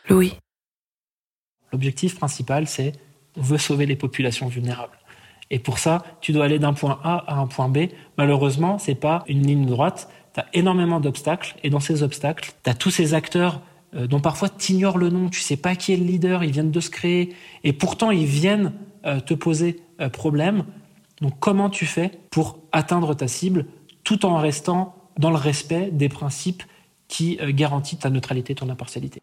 Louis. L'objectif principal, c'est on veut sauver les populations vulnérables. Et pour ça, tu dois aller d'un point A à un point B. Malheureusement, c'est pas une ligne droite. Tu as énormément d'obstacles. Et dans ces obstacles, tu as tous ces acteurs dont parfois tu ignores le nom. Tu sais pas qui est le leader. Ils viennent de se créer. Et pourtant, ils viennent te poser problème. Donc, comment tu fais pour atteindre ta cible tout en restant dans le respect des principes qui garantissent ta neutralité et ton impartialité?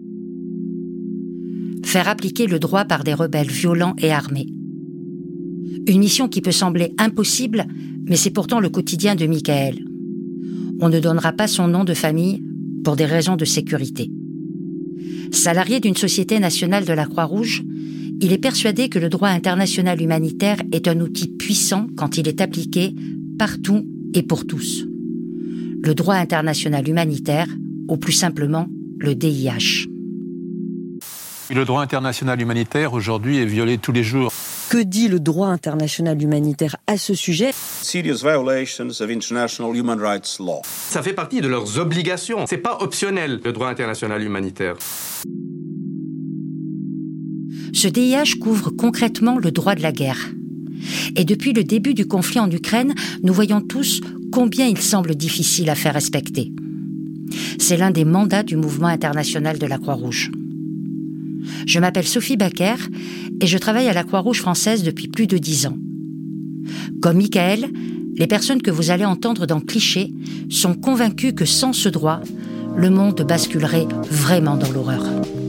Faire appliquer le droit par des rebelles violents et armés. Une mission qui peut sembler impossible, mais c'est pourtant le quotidien de Michael. On ne donnera pas son nom de famille pour des raisons de sécurité. Salarié d'une société nationale de la Croix-Rouge, il est persuadé que le droit international humanitaire est un outil puissant quand il est appliqué partout et pour tous. Le droit international humanitaire, ou plus simplement, le DIH. Le droit international humanitaire, aujourd'hui, est violé tous les jours. Que dit le droit international humanitaire à ce sujet? Serious violations of international human rights law. Ça fait partie de leurs obligations. C'est pas optionnel, le droit international humanitaire. Ce DIH couvre concrètement le droit de la guerre. Et depuis le début du conflit en Ukraine, nous voyons tous combien il semble difficile à faire respecter. C'est l'un des mandats du mouvement international de la Croix-Rouge. Je m'appelle Sophie Baker et je travaille à la Croix-Rouge française depuis plus de 10 ans. Comme Michael, les personnes que vous allez entendre dans Cliché sont convaincues que sans ce droit, le monde basculerait vraiment dans l'horreur.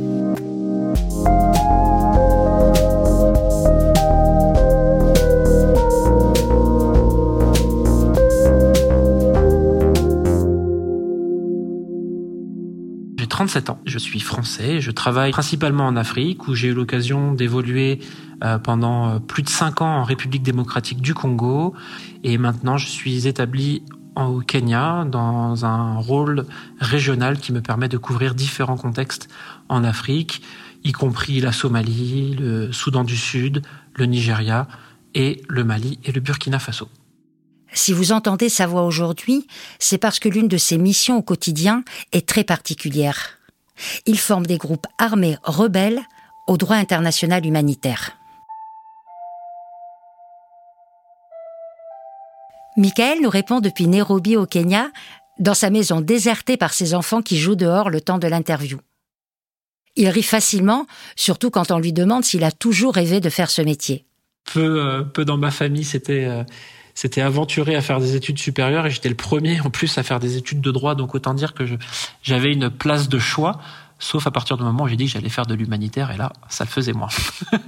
J'ai 37 ans, je suis français, je travaille principalement en Afrique où j'ai eu l'occasion d'évoluer pendant plus de 5 ans en République démocratique du Congo et maintenant je suis établi au Kenya dans un rôle régional qui me permet de couvrir différents contextes en Afrique, y compris la Somalie, le Soudan du Sud, le Nigeria et le Mali et le Burkina Faso. Si vous entendez sa voix aujourd'hui, c'est parce que l'une de ses missions au quotidien est très particulière. Il forme des groupes armés rebelles au droit international humanitaire. Michael nous répond depuis Nairobi au Kenya, dans sa maison désertée par ses enfants qui jouent dehors le temps de l'interview. Il rit facilement, surtout quand on lui demande s'il a toujours rêvé de faire ce métier. Peu dans ma famille, c'était aventuré à faire des études supérieures et j'étais le premier en plus à faire des études de droit, donc autant dire que j'avais une place de choix, sauf à partir du moment où j'ai dit que j'allais faire de l'humanitaire et là, ça le faisait moins.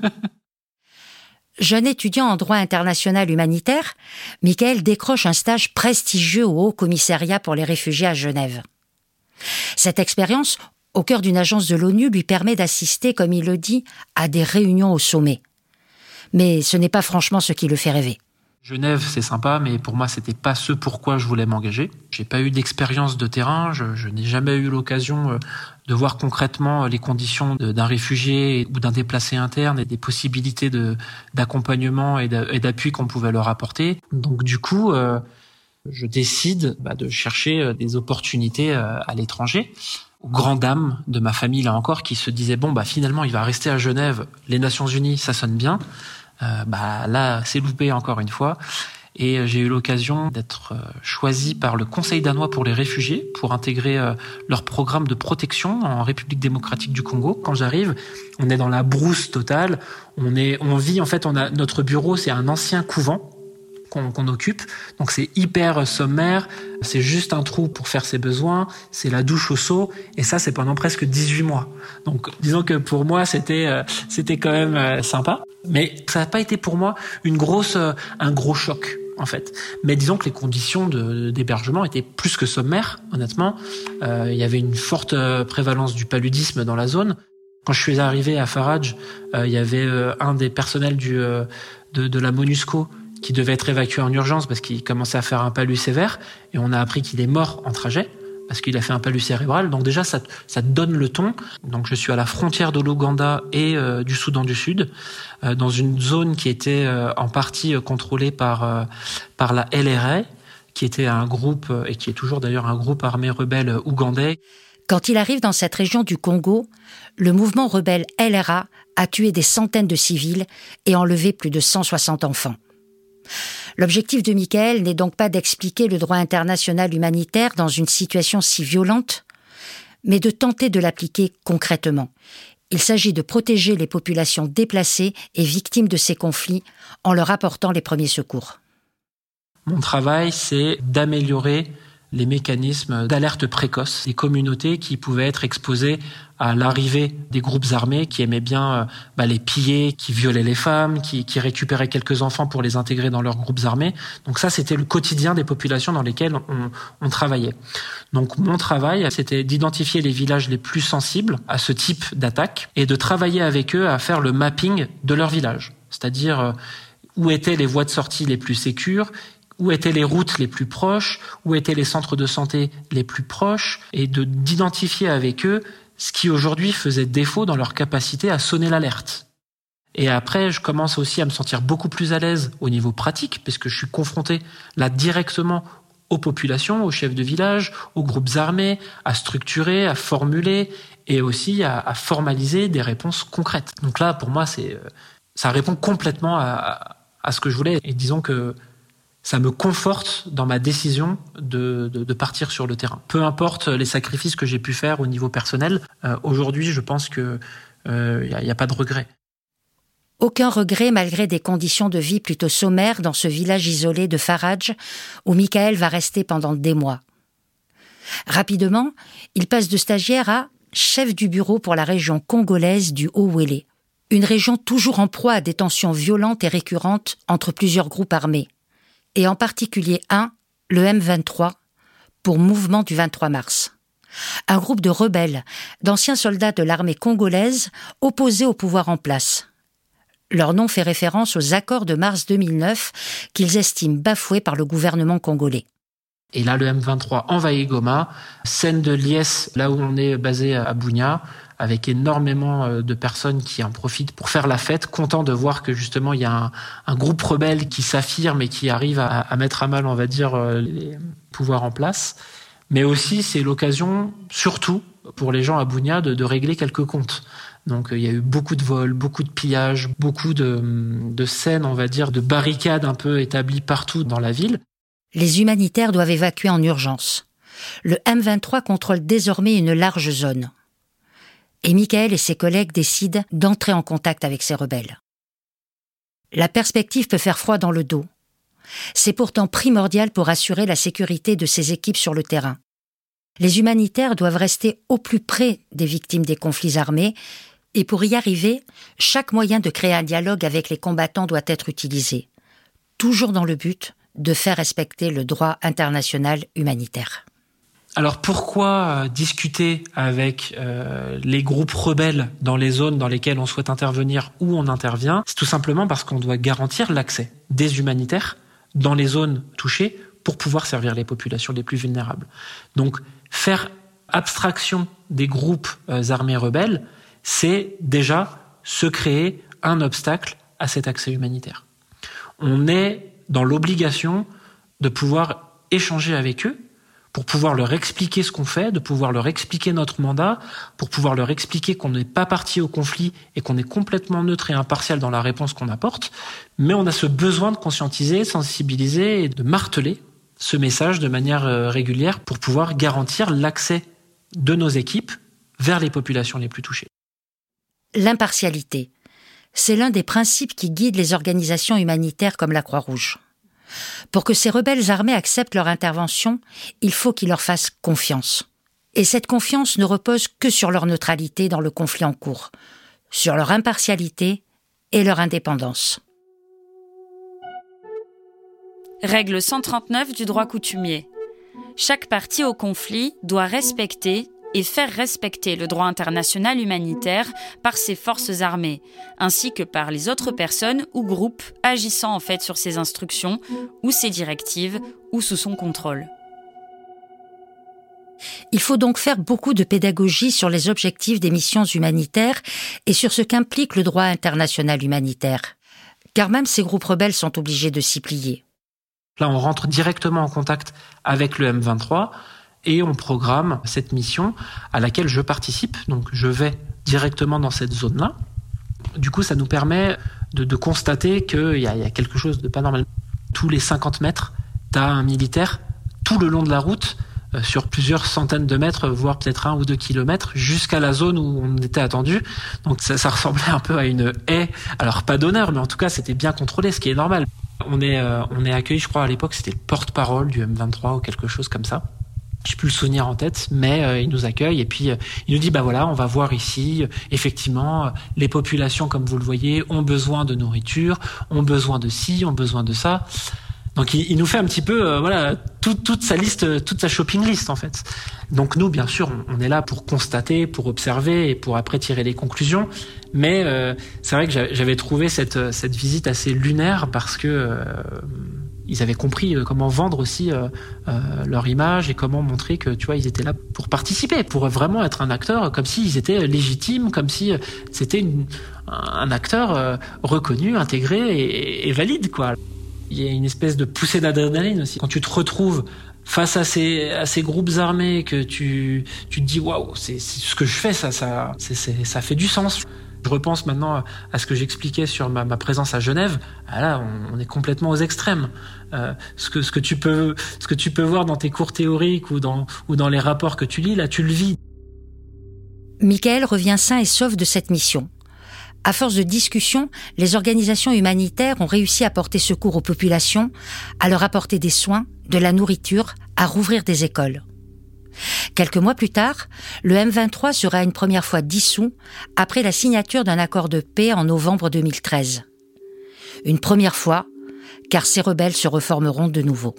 Jeune étudiant en droit international humanitaire, Michael décroche un stage prestigieux au Haut-Commissariat pour les réfugiés à Genève. Cette expérience, au cœur d'une agence de l'ONU, lui permet d'assister, comme il le dit, à des réunions au sommet. Mais ce n'est pas franchement ce qui le fait rêver. Genève, c'est sympa, mais pour moi, c'était pas ce pourquoi je voulais m'engager. J'ai pas eu d'expérience de terrain, je n'ai jamais eu l'occasion de voir concrètement les conditions d'un réfugié ou d'un déplacé interne et des possibilités d'accompagnement et d'appui qu'on pouvait leur apporter. Donc du coup, je décide de chercher des opportunités à l'étranger. Aux grandes dames de ma famille, là encore, qui se disaient finalement, il va rester à Genève, les Nations Unies, ça sonne bien. Là, c'est loupé encore une fois. Et j'ai eu l'occasion d'être choisi par le Conseil danois pour les réfugiés pour intégrer leur programme de protection en République démocratique du Congo. Quand j'arrive, on est dans la brousse totale. On vit, en fait, notre bureau, c'est un ancien couvent qu'on occupe. Donc c'est hyper sommaire. C'est juste un trou pour faire ses besoins. C'est la douche au seau. Et ça, c'est pendant presque 18 mois. Donc disons que pour moi, c'était quand même sympa. Mais ça n'a pas été pour moi un gros choc, en fait. Mais disons que les conditions d'hébergement étaient plus que sommaires, honnêtement. Il y avait une forte prévalence du paludisme dans la zone. Quand je suis arrivé à Farage, il y avait un des personnels de la MONUSCO qui devait être évacué en urgence parce qu'il commençait à faire un palud sévère. Et on a appris qu'il est mort en trajet parce qu'il a fait un palud cérébral. Donc déjà, ça te donne le ton. Donc je suis à la frontière de l'Ouganda et du Soudan du Sud, dans une zone qui était en partie contrôlée par la LRA, qui était un groupe, et qui est toujours d'ailleurs un groupe armé rebelle ougandais. Quand il arrive dans cette région du Congo, le mouvement rebelle LRA a tué des centaines de civils et enlevé plus de 160 enfants. L'objectif de Michael n'est donc pas d'expliquer le droit international humanitaire dans une situation si violente, mais de tenter de l'appliquer concrètement. Il s'agit de protéger les populations déplacées et victimes de ces conflits en leur apportant les premiers secours. Mon travail, c'est d'améliorer les mécanismes d'alerte précoce des communautés qui pouvaient être exposées à l'arrivée des groupes armés qui aimaient bien les piller, qui violaient les femmes, qui récupéraient quelques enfants pour les intégrer dans leurs groupes armés. Donc ça, c'était le quotidien des populations dans lesquelles on travaillait. Donc mon travail, c'était d'identifier les villages les plus sensibles à ce type d'attaque et de travailler avec eux à faire le mapping de leur village. C'est-à-dire où étaient les voies de sortie les plus sécures, où étaient les routes les plus proches, où étaient les centres de santé les plus proches, et d'identifier avec eux ce qui aujourd'hui faisait défaut dans leur capacité à sonner l'alerte. Et après, je commence aussi à me sentir beaucoup plus à l'aise au niveau pratique, puisque je suis confronté là directement aux populations, aux chefs de village, aux groupes armés, à structurer, à formuler, et aussi à formaliser des réponses concrètes. Donc là, pour moi, ça répond complètement à ce que je voulais. Et disons que ça me conforte dans ma décision de partir sur le terrain. Peu importe les sacrifices que j'ai pu faire au niveau personnel, aujourd'hui, je pense que y a pas de regret. Aucun regret malgré des conditions de vie plutôt sommaires dans ce village isolé de Faradj, où Michael va rester pendant des mois. Rapidement, il passe de stagiaire à chef du bureau pour la région congolaise du Haut-Wélé, une région toujours en proie à des tensions violentes et récurrentes entre plusieurs groupes armés. Et en particulier le M23, pour Mouvement du 23 mars. Un groupe de rebelles, d'anciens soldats de l'armée congolaise, opposés au pouvoir en place. Leur nom fait référence aux accords de mars 2009 qu'ils estiment bafoués par le gouvernement congolais. Et là, le M23 envahit Goma, scène de liesse, là où on est basé à Bunia, avec énormément de personnes qui en profitent pour faire la fête, contents de voir que justement il y a un groupe rebelle qui s'affirme et qui arrive à mettre à mal, on va dire, les pouvoirs en place. Mais aussi, c'est l'occasion, surtout pour les gens à Bunia, de régler quelques comptes. Donc il y a eu beaucoup de vols, beaucoup de pillages, beaucoup de scènes, on va dire, de barricades un peu établies partout dans la ville. Les humanitaires doivent évacuer en urgence. Le M23 contrôle désormais une large zone. Et Michael et ses collègues décident d'entrer en contact avec ces rebelles. La perspective peut faire froid dans le dos. C'est pourtant primordial pour assurer la sécurité de ces équipes sur le terrain. Les humanitaires doivent rester au plus près des victimes des conflits armés, et pour y arriver, chaque moyen de créer un dialogue avec les combattants doit être utilisé, toujours dans le but de faire respecter le droit international humanitaire. Alors pourquoi discuter avec les groupes rebelles dans les zones dans lesquelles on souhaite intervenir ou on intervient ? C'est tout simplement parce qu'on doit garantir l'accès des humanitaires dans les zones touchées pour pouvoir servir les populations les plus vulnérables. Donc faire abstraction des groupes armés rebelles, c'est déjà se créer un obstacle à cet accès humanitaire. On est dans l'obligation de pouvoir échanger avec eux pour pouvoir leur expliquer ce qu'on fait, de pouvoir leur expliquer notre mandat, pour pouvoir leur expliquer qu'on n'est pas parti au conflit et qu'on est complètement neutre et impartial dans la réponse qu'on apporte, mais on a ce besoin de conscientiser, sensibiliser et de marteler ce message de manière régulière pour pouvoir garantir l'accès de nos équipes vers les populations les plus touchées. L'impartialité, c'est l'un des principes qui guident les organisations humanitaires comme la Croix-Rouge. Pour que ces rebelles armés acceptent leur intervention, il faut qu'ils leur fassent confiance. Et cette confiance ne repose que sur leur neutralité dans le conflit en cours, sur leur impartialité et leur indépendance. Règle 139 du droit coutumier. Chaque partie au conflit doit respecter et faire respecter le droit international humanitaire par ses forces armées, ainsi que par les autres personnes ou groupes agissant en fait sur ses instructions ou ses directives ou sous son contrôle. Il faut donc faire beaucoup de pédagogie sur les objectifs des missions humanitaires et sur ce qu'implique le droit international humanitaire. Car même ces groupes rebelles sont obligés de s'y plier. Là, on rentre directement en contact avec le M23 et on programme cette mission à laquelle je participe. Donc je vais directement dans cette zone-là. Du coup, ça nous permet de constater qu'il y a quelque chose de pas normal. Tous les 50 mètres, tu as un militaire tout le long de la route, sur plusieurs centaines de mètres, voire peut-être 1 ou 2 kilomètres, jusqu'à la zone où on était attendu. Donc ça ressemblait un peu à une haie. Alors pas d'honneur, mais en tout cas c'était bien contrôlé, ce qui est normal. On est accueilli, je crois à l'époque c'était le porte-parole du M23 ou quelque chose comme ça. Je n'ai plus le souvenir en tête, mais il nous accueille et puis il nous dit voilà, on va voir ici, effectivement, les populations, comme vous le voyez, ont besoin de nourriture, ont besoin de ci, ont besoin de ça. Donc il nous fait un petit peu toute sa liste, toute sa shopping list en fait. Donc nous, bien sûr, on est là pour constater, pour observer et pour après tirer les conclusions. Mais c'est vrai que j'avais trouvé cette visite assez lunaire parce que ils avaient compris comment vendre aussi leur image et comment montrer que tu vois ils étaient là pour participer, pour vraiment être un acteur, comme s'ils étaient légitimes, comme si c'était un acteur reconnu, intégré et valide quoi. Il y a une espèce de poussée d'adrénaline aussi quand tu te retrouves face à ces groupes armés que tu te dis waouh, c'est ce que je fais, ça fait du sens. Je repense maintenant à ce que j'expliquais sur ma présence à Genève. Ah là, on est complètement aux extrêmes. Ce que tu peux voir dans tes cours théoriques ou dans les rapports que tu lis, là, tu le vis. Michael revient sain et sauf de cette mission. À force de discussions, les organisations humanitaires ont réussi à porter secours aux populations, à leur apporter des soins, de la nourriture, à rouvrir des écoles. Quelques mois plus tard, le M23 sera une première fois dissous après la signature d'un accord de paix en novembre 2013. Une première fois, car ces rebelles se reformeront de nouveau.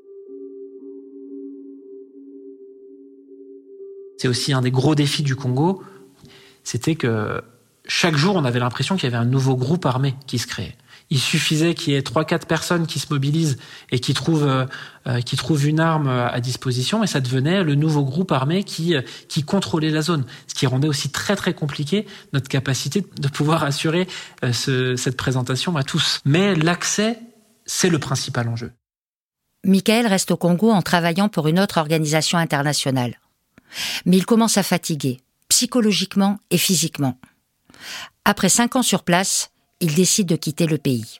C'est aussi un des gros défis du Congo, c'était que chaque jour, on avait l'impression qu'il y avait un nouveau groupe armé qui se créait. Il suffisait qu'il y ait 3-4 personnes qui se mobilisent et qui trouvent une arme à disposition et ça devenait le nouveau groupe armé qui contrôlait la zone. Ce qui rendait aussi très très compliqué notre capacité de pouvoir assurer cette présentation à tous. Mais l'accès, c'est le principal enjeu. Michael reste au Congo en travaillant pour une autre organisation internationale. Mais il commence à fatiguer, psychologiquement et physiquement. Après 5 ans sur place, il décide de quitter le pays.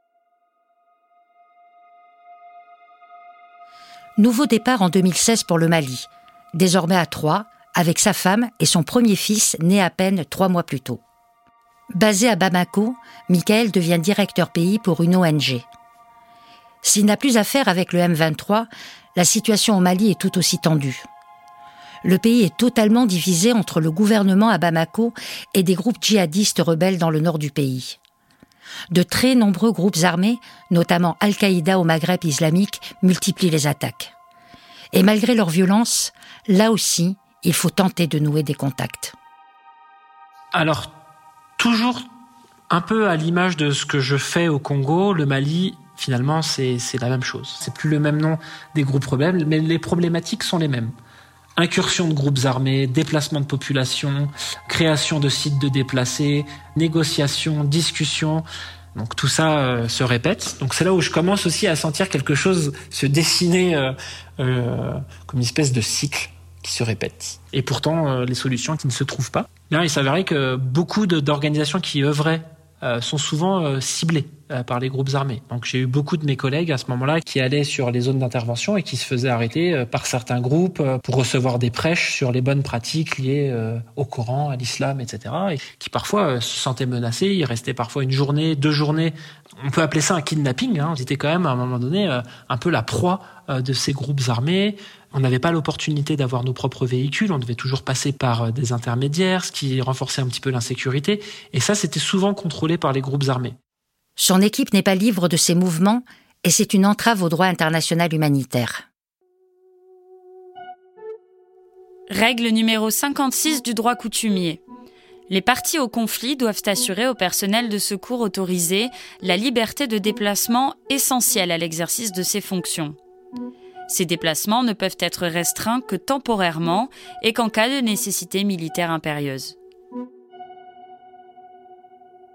Nouveau départ en 2016 pour le Mali, désormais à 3, avec sa femme et son premier fils né à peine 3 mois plus tôt. Basé à Bamako, Michael devient directeur pays pour une ONG. S'il n'a plus affaire avec le M23, la situation au Mali est tout aussi tendue. Le pays est totalement divisé entre le gouvernement à Bamako et des groupes djihadistes rebelles dans le nord du pays. De très nombreux groupes armés, notamment Al-Qaïda au Maghreb islamique, multiplient les attaques. Et malgré leur violence, là aussi, il faut tenter de nouer des contacts. Alors, toujours un peu à l'image de ce que je fais au Congo, le Mali, finalement, c'est la même chose. C'est plus le même nom des groupes rebelles, mais les problématiques sont les mêmes. Incursion de groupes armés, déplacement de population, création de sites de déplacés, négociations, discussions. Donc tout ça se répète. Donc c'est là où je commence aussi à sentir quelque chose se dessiner comme une espèce de cycle qui se répète. Et pourtant, les solutions qui ne se trouvent pas. Là, il s'avérait que beaucoup d'organisations qui œuvraient sont souvent ciblées par les groupes armés. Donc j'ai eu beaucoup de mes collègues à ce moment-là qui allaient sur les zones d'intervention et qui se faisaient arrêter par certains groupes pour recevoir des prêches sur les bonnes pratiques liées au Coran, à l'islam, etc. Et qui parfois se sentaient menacés. Ils restaient parfois 1 journée, 2 journées. On peut appeler ça un kidnapping. Ils étaient quand même à un moment donné un peu la proie de ces groupes armés. On n'avait pas l'opportunité d'avoir nos propres véhicules, on devait toujours passer par des intermédiaires, ce qui renforçait un petit peu l'insécurité. Et ça, c'était souvent contrôlé par les groupes armés. Son équipe n'est pas libre de ses mouvements et c'est une entrave au droit international humanitaire. Règle numéro 56 du droit coutumier. Les parties au conflit doivent assurer au personnel de secours autorisé la liberté de déplacement essentielle à l'exercice de ses fonctions. Ces déplacements ne peuvent être restreints que temporairement et qu'en cas de nécessité militaire impérieuse.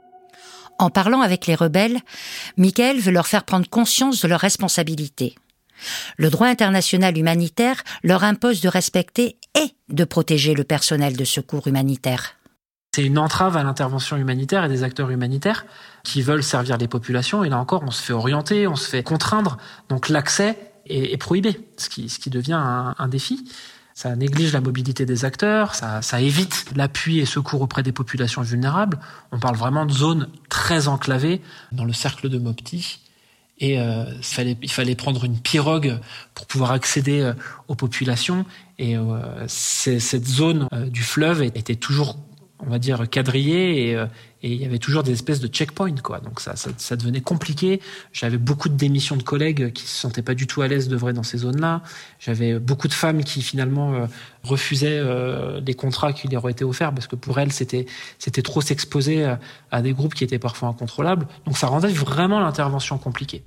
En parlant avec les rebelles, Michael veut leur faire prendre conscience de leurs responsabilités. Le droit international humanitaire leur impose de respecter et de protéger le personnel de secours humanitaire. C'est une entrave à l'intervention humanitaire et des acteurs humanitaires qui veulent servir les populations. Et là encore, on se fait orienter, on se fait contraindre. Donc l'accès est prohibé, ce qui devient un défi. Ça néglige la mobilité des acteurs, ça évite l'appui et secours auprès des populations vulnérables. On parle vraiment de zones très enclavées dans le cercle de Mopti. Et il fallait prendre une pirogue pour pouvoir accéder aux populations. Et cette zone du fleuve était toujours, on va dire, quadrillée et il y avait toujours des espèces de checkpoints, quoi. Donc ça devenait compliqué. J'avais beaucoup de démissions de collègues qui se sentaient pas du tout à l'aise d'œuvrer dans ces zones-là. J'avais beaucoup de femmes qui finalement refusaient les contrats qui leur étaient offerts parce que pour elles c'était trop s'exposer à des groupes qui étaient parfois incontrôlables. Donc ça rendait vraiment l'intervention compliquée.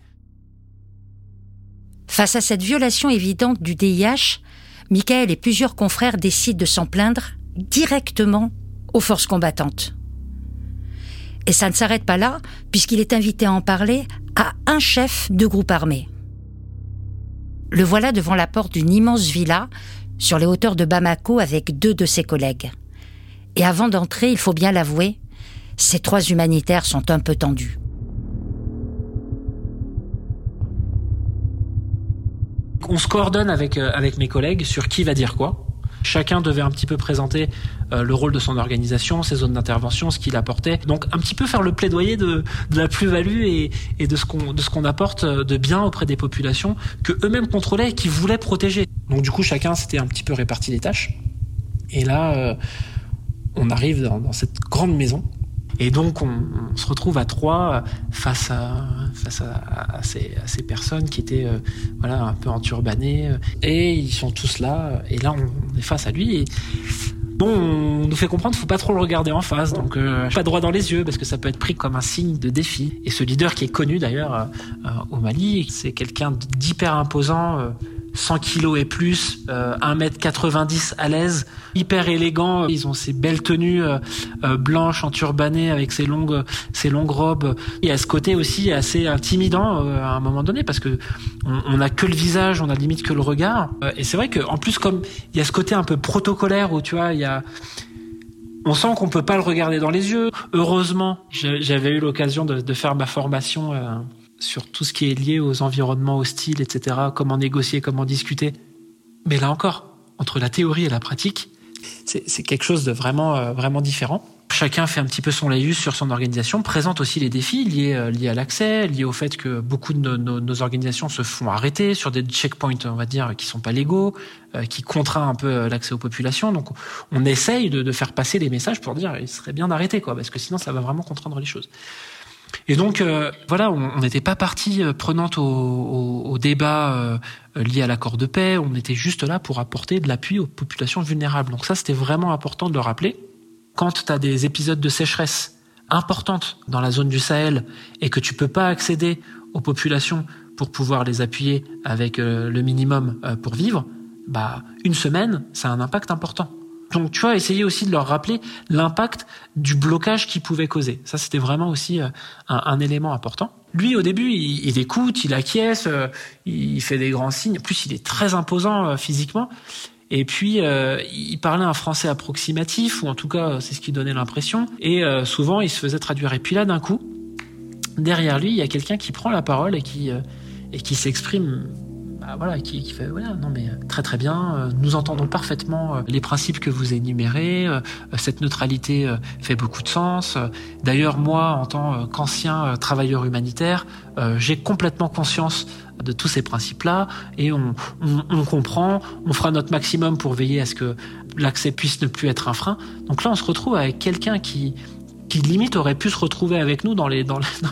Face à cette violation évidente du DIH, Michael et plusieurs confrères décident de s'en plaindre directement aux forces combattantes. Et ça ne s'arrête pas là, puisqu'il est invité à en parler à un chef de groupe armé. Le voilà devant la porte d'une immense villa, sur les hauteurs de Bamako, avec 2 de ses collègues. Et avant d'entrer, il faut bien l'avouer, ces 3 humanitaires sont un peu tendus. On se coordonne avec mes collègues sur qui va dire quoi. Chacun devait un petit peu présenter le rôle de son organisation, ses zones d'intervention, ce qu'il apportait. Donc un petit peu faire le plaidoyer de la plus-value et de ce qu'on apporte de bien auprès des populations que eux-mêmes contrôlaient et qui voulaient protéger. Donc du coup, chacun s'était un petit peu réparti les tâches. Et là, on arrive dans cette grande maison. Et donc on se retrouve à 3 face à ces personnes qui étaient un peu enturbanées, et ils sont tous là, et là on est face à lui et bon, on nous fait comprendre qu'il faut pas trop le regarder en face, donc pas droit dans les yeux parce que ça peut être pris comme un signe de défi. Et ce leader qui est connu d'ailleurs au Mali, c'est quelqu'un d'hyper imposant, 100 kilos et plus, 1m90 à l'aise, hyper élégant. Ils ont ces belles tenues blanches enturbanées avec ces longues robes. Il y a ce côté aussi assez intimidant à un moment donné parce que on a que le visage, on a limite que le regard. Et c'est vrai que en plus, comme il y a ce côté un peu protocolaire où tu vois, on sent qu'on peut pas le regarder dans les yeux. Heureusement, j'avais eu l'occasion de faire ma formation sur tout ce qui est lié aux environnements hostiles, etc., comment négocier, comment discuter. Mais là encore, entre la théorie et la pratique, c'est quelque chose de vraiment différent. Chacun fait un petit peu son laïus sur son organisation, présente aussi les défis liés à l'accès, liés au fait que beaucoup de nos organisations se font arrêter sur des checkpoints, on va dire, qui sont pas légaux, qui contraint un peu l'accès aux populations. Donc on essaye de faire passer les messages pour dire il serait bien d'arrêter, quoi, parce que sinon ça va vraiment contraindre les choses. Et donc on n'était pas partie prenante au débat lié à l'accord de paix, on était juste là pour apporter de l'appui aux populations vulnérables. Donc ça, c'était vraiment important de le rappeler. Quand tu as des épisodes de sécheresse importantes dans la zone du Sahel et que tu peux pas accéder aux populations pour pouvoir les appuyer avec le minimum pour vivre, une semaine, ça a un impact important. Donc, tu vois, essayer aussi de leur rappeler l'impact du blocage qu'ils pouvaient causer. Ça, c'était vraiment aussi un élément important. Lui, au début, il écoute, il acquiesce, il fait des grands signes. En plus, il est très imposant physiquement. Et puis, il parlait un français approximatif, ou en tout cas, c'est ce qui donnait l'impression. Et souvent, il se faisait traduire. Et puis là, d'un coup, derrière lui, il y a quelqu'un qui prend la parole et qui s'exprime. Qui fait non mais très très bien, nous entendons parfaitement les principes que vous énumérez, cette neutralité fait beaucoup de sens. D'ailleurs, moi, en tant qu'ancien travailleur humanitaire, j'ai complètement conscience de tous ces principes-là et on comprend, on fera notre maximum pour veiller à ce que l'accès puisse ne plus être un frein. Donc là, on se retrouve avec quelqu'un qui limite aurait pu se retrouver avec nous dans les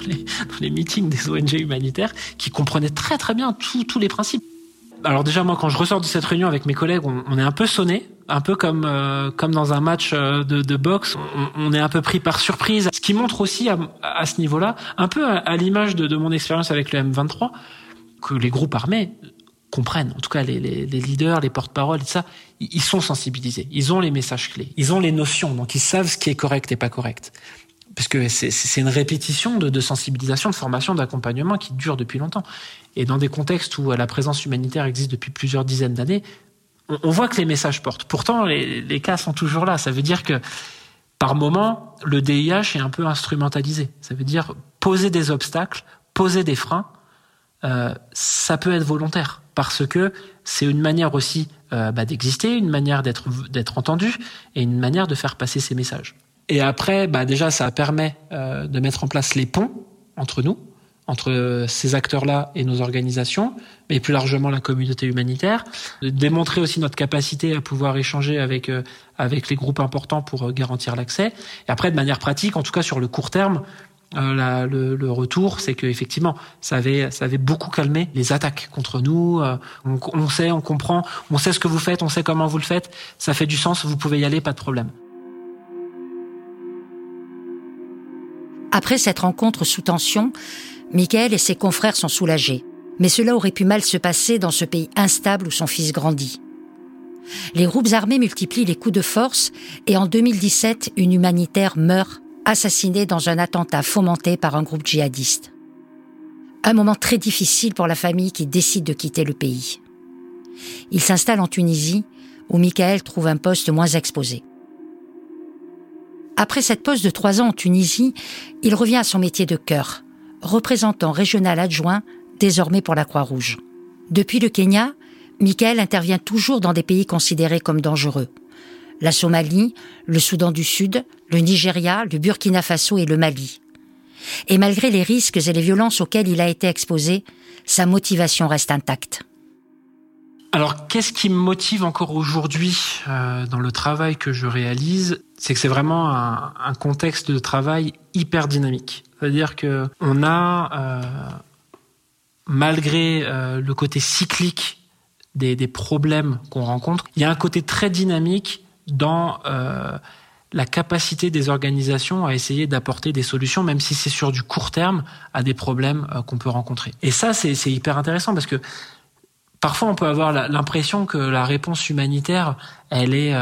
meetings des ONG humanitaires, qui comprenait très très bien tous les principes. Alors déjà, moi, quand je ressors de cette réunion avec mes collègues, on est un peu sonné, un peu comme dans un match de boxe, on est un peu pris par surprise. Ce qui montre aussi à ce niveau-là, un peu à l'image de mon expérience avec le M23, que les groupes armés comprennent. En tout cas, les leaders, les porte-paroles et tout ça, ils sont sensibilisés. Ils ont les messages clés. Ils ont les notions. Donc, ils savent ce qui est correct et pas correct. puisque c'est une répétition de sensibilisation, de formation, d'accompagnement qui dure depuis longtemps. Et dans des contextes où la présence humanitaire existe depuis plusieurs dizaines d'années, on voit que les messages portent. Pourtant, les cas sont toujours là. Ça veut dire que, par moment, le DIH est un peu instrumentalisé. Ça veut dire poser des obstacles, poser des freins, ça peut être volontaire. Parce que c'est une manière aussi d'exister, une manière d'être entendu et une manière de faire passer ces messages. Et après, déjà, ça permet de mettre en place les ponts entre nous, entre ces acteurs-là et nos organisations, mais plus largement la communauté humanitaire, de démontrer aussi notre capacité à pouvoir échanger avec les groupes importants pour garantir l'accès. Et après, de manière pratique, en tout cas sur le court terme, le retour, c'est que effectivement, ça avait beaucoup calmé les attaques contre nous. On sait, on comprend, on sait ce que vous faites, on sait comment vous le faites. Ça fait du sens, vous pouvez y aller, pas de problème. Après cette rencontre sous tension, Michael et ses confrères sont soulagés. Mais cela aurait pu mal se passer dans ce pays instable où son fils grandit. Les groupes armés multiplient les coups de force et en 2017, une humanitaire meurt, assassinée dans un attentat fomenté par un groupe djihadiste. Un moment très difficile pour la famille qui décide de quitter le pays. Il s'installe en Tunisie, où Michael trouve un poste moins exposé. Après cette pause de 3 ans en Tunisie, il revient à son métier de cœur, représentant régional adjoint, désormais pour la Croix-Rouge. Depuis le Kenya, Michael intervient toujours dans des pays considérés comme dangereux. La Somalie, le Soudan du Sud, le Nigeria, le Burkina Faso et le Mali. Et malgré les risques et les violences auxquels il a été exposé, sa motivation reste intacte. Alors, qu'est-ce qui me motive encore aujourd'hui dans le travail que je réalise ? C'est que c'est vraiment un contexte de travail hyper dynamique. C'est-à-dire que on a, malgré le côté cyclique des problèmes qu'on rencontre, il y a un côté très dynamique dans la capacité des organisations à essayer d'apporter des solutions, même si c'est sur du court terme, à des problèmes qu'on peut rencontrer. Et ça, c'est hyper intéressant parce que parfois, on peut avoir l'impression que la réponse humanitaire, elle est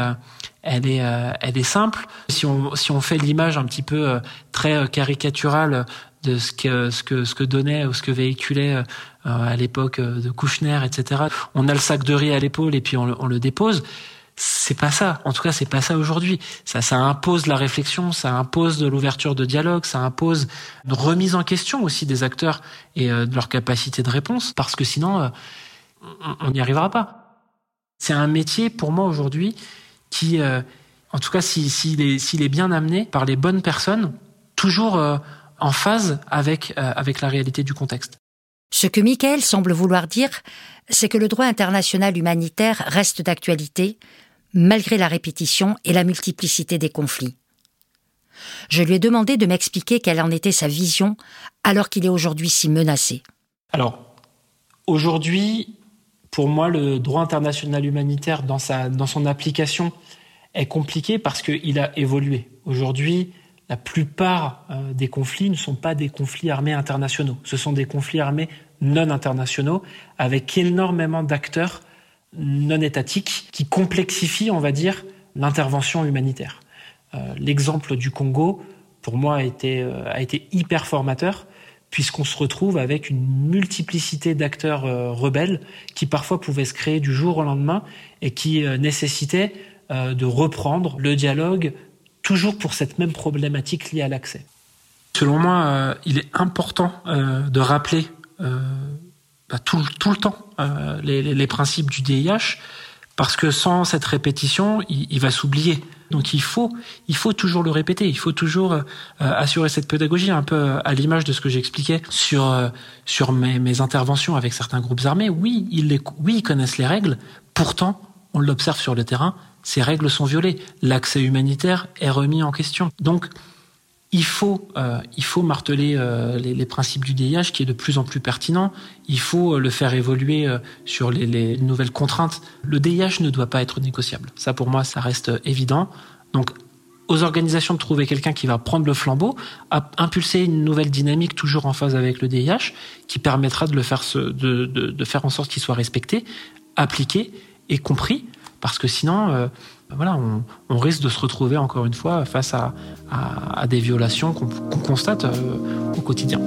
simple. Si on fait l'image un petit peu très caricaturale de ce que donnait ou ce que véhiculait à l'époque de Kouchner, etc. On a le sac de riz à l'épaule et puis on le dépose. C'est pas ça. En tout cas, c'est pas ça aujourd'hui. Ça impose la réflexion, ça impose de l'ouverture de dialogue, ça impose une remise en question aussi des acteurs et de leur capacité de réponse, parce que sinon, on n'y arrivera pas. C'est un métier, pour moi, aujourd'hui, qui, en tout cas, s'il est bien amené par les bonnes personnes, toujours en phase avec la réalité du contexte. Ce que Michael semble vouloir dire, c'est que le droit international humanitaire reste d'actualité, malgré la répétition et la multiplicité des conflits. Je lui ai demandé de m'expliquer quelle en était sa vision, alors qu'il est aujourd'hui si menacé. Alors, aujourd'hui, pour moi, le droit international humanitaire, dans son application, est compliqué parce qu'il a évolué. Aujourd'hui, la plupart des conflits ne sont pas des conflits armés internationaux. Ce sont des conflits armés non internationaux, avec énormément d'acteurs non étatiques qui complexifient, on va dire, l'intervention humanitaire. L'exemple du Congo, pour moi, a été hyper formateur, puisqu'on se retrouve avec une multiplicité d'acteurs rebelles qui parfois pouvaient se créer du jour au lendemain et qui nécessitaient de reprendre le dialogue, toujours pour cette même problématique liée à l'accès. Selon moi, il est important de rappeler tout le temps les principes du DIH, parce que sans cette répétition, il va s'oublier. Donc il faut toujours le répéter, il faut toujours assurer cette pédagogie, un peu à l'image de ce que j'expliquais sur mes interventions avec certains groupes armés. Oui, ils connaissent les règles, pourtant, on l'observe sur le terrain, ces règles sont violées. L'accès humanitaire est remis en question. Donc, il faut marteler les principes du DIH, qui est de plus en plus pertinent. Il faut le faire évoluer sur les nouvelles contraintes. Le DIH ne doit pas être négociable. Ça, pour moi, ça reste évident. Donc, aux organisations de trouver quelqu'un qui va prendre le flambeau, impulser une nouvelle dynamique toujours en phase avec le DIH, qui permettra de faire en sorte qu'il soit respecté, appliqué et compris. Parce que sinon, Voilà, on risque de se retrouver encore une fois face à des violations qu'on constate au quotidien.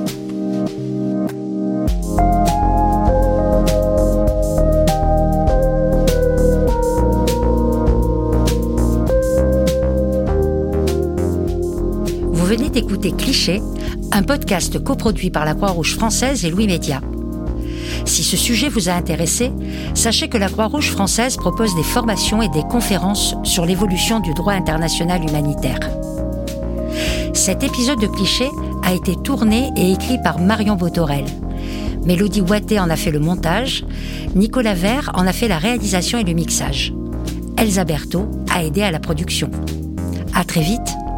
Vous venez d'écouter Cliché, un podcast coproduit par la Croix-Rouge française et Louis Média. Si ce sujet vous a intéressé, sachez que la Croix-Rouge française propose des formations et des conférences sur l'évolution du droit international humanitaire. Cet épisode de Cliché a été tourné et écrit par Marion Botorel. Mélodie Watté en a fait le montage, Nicolas Vert en a fait la réalisation et le mixage. Elsa Berthaud a aidé à la production. À très vite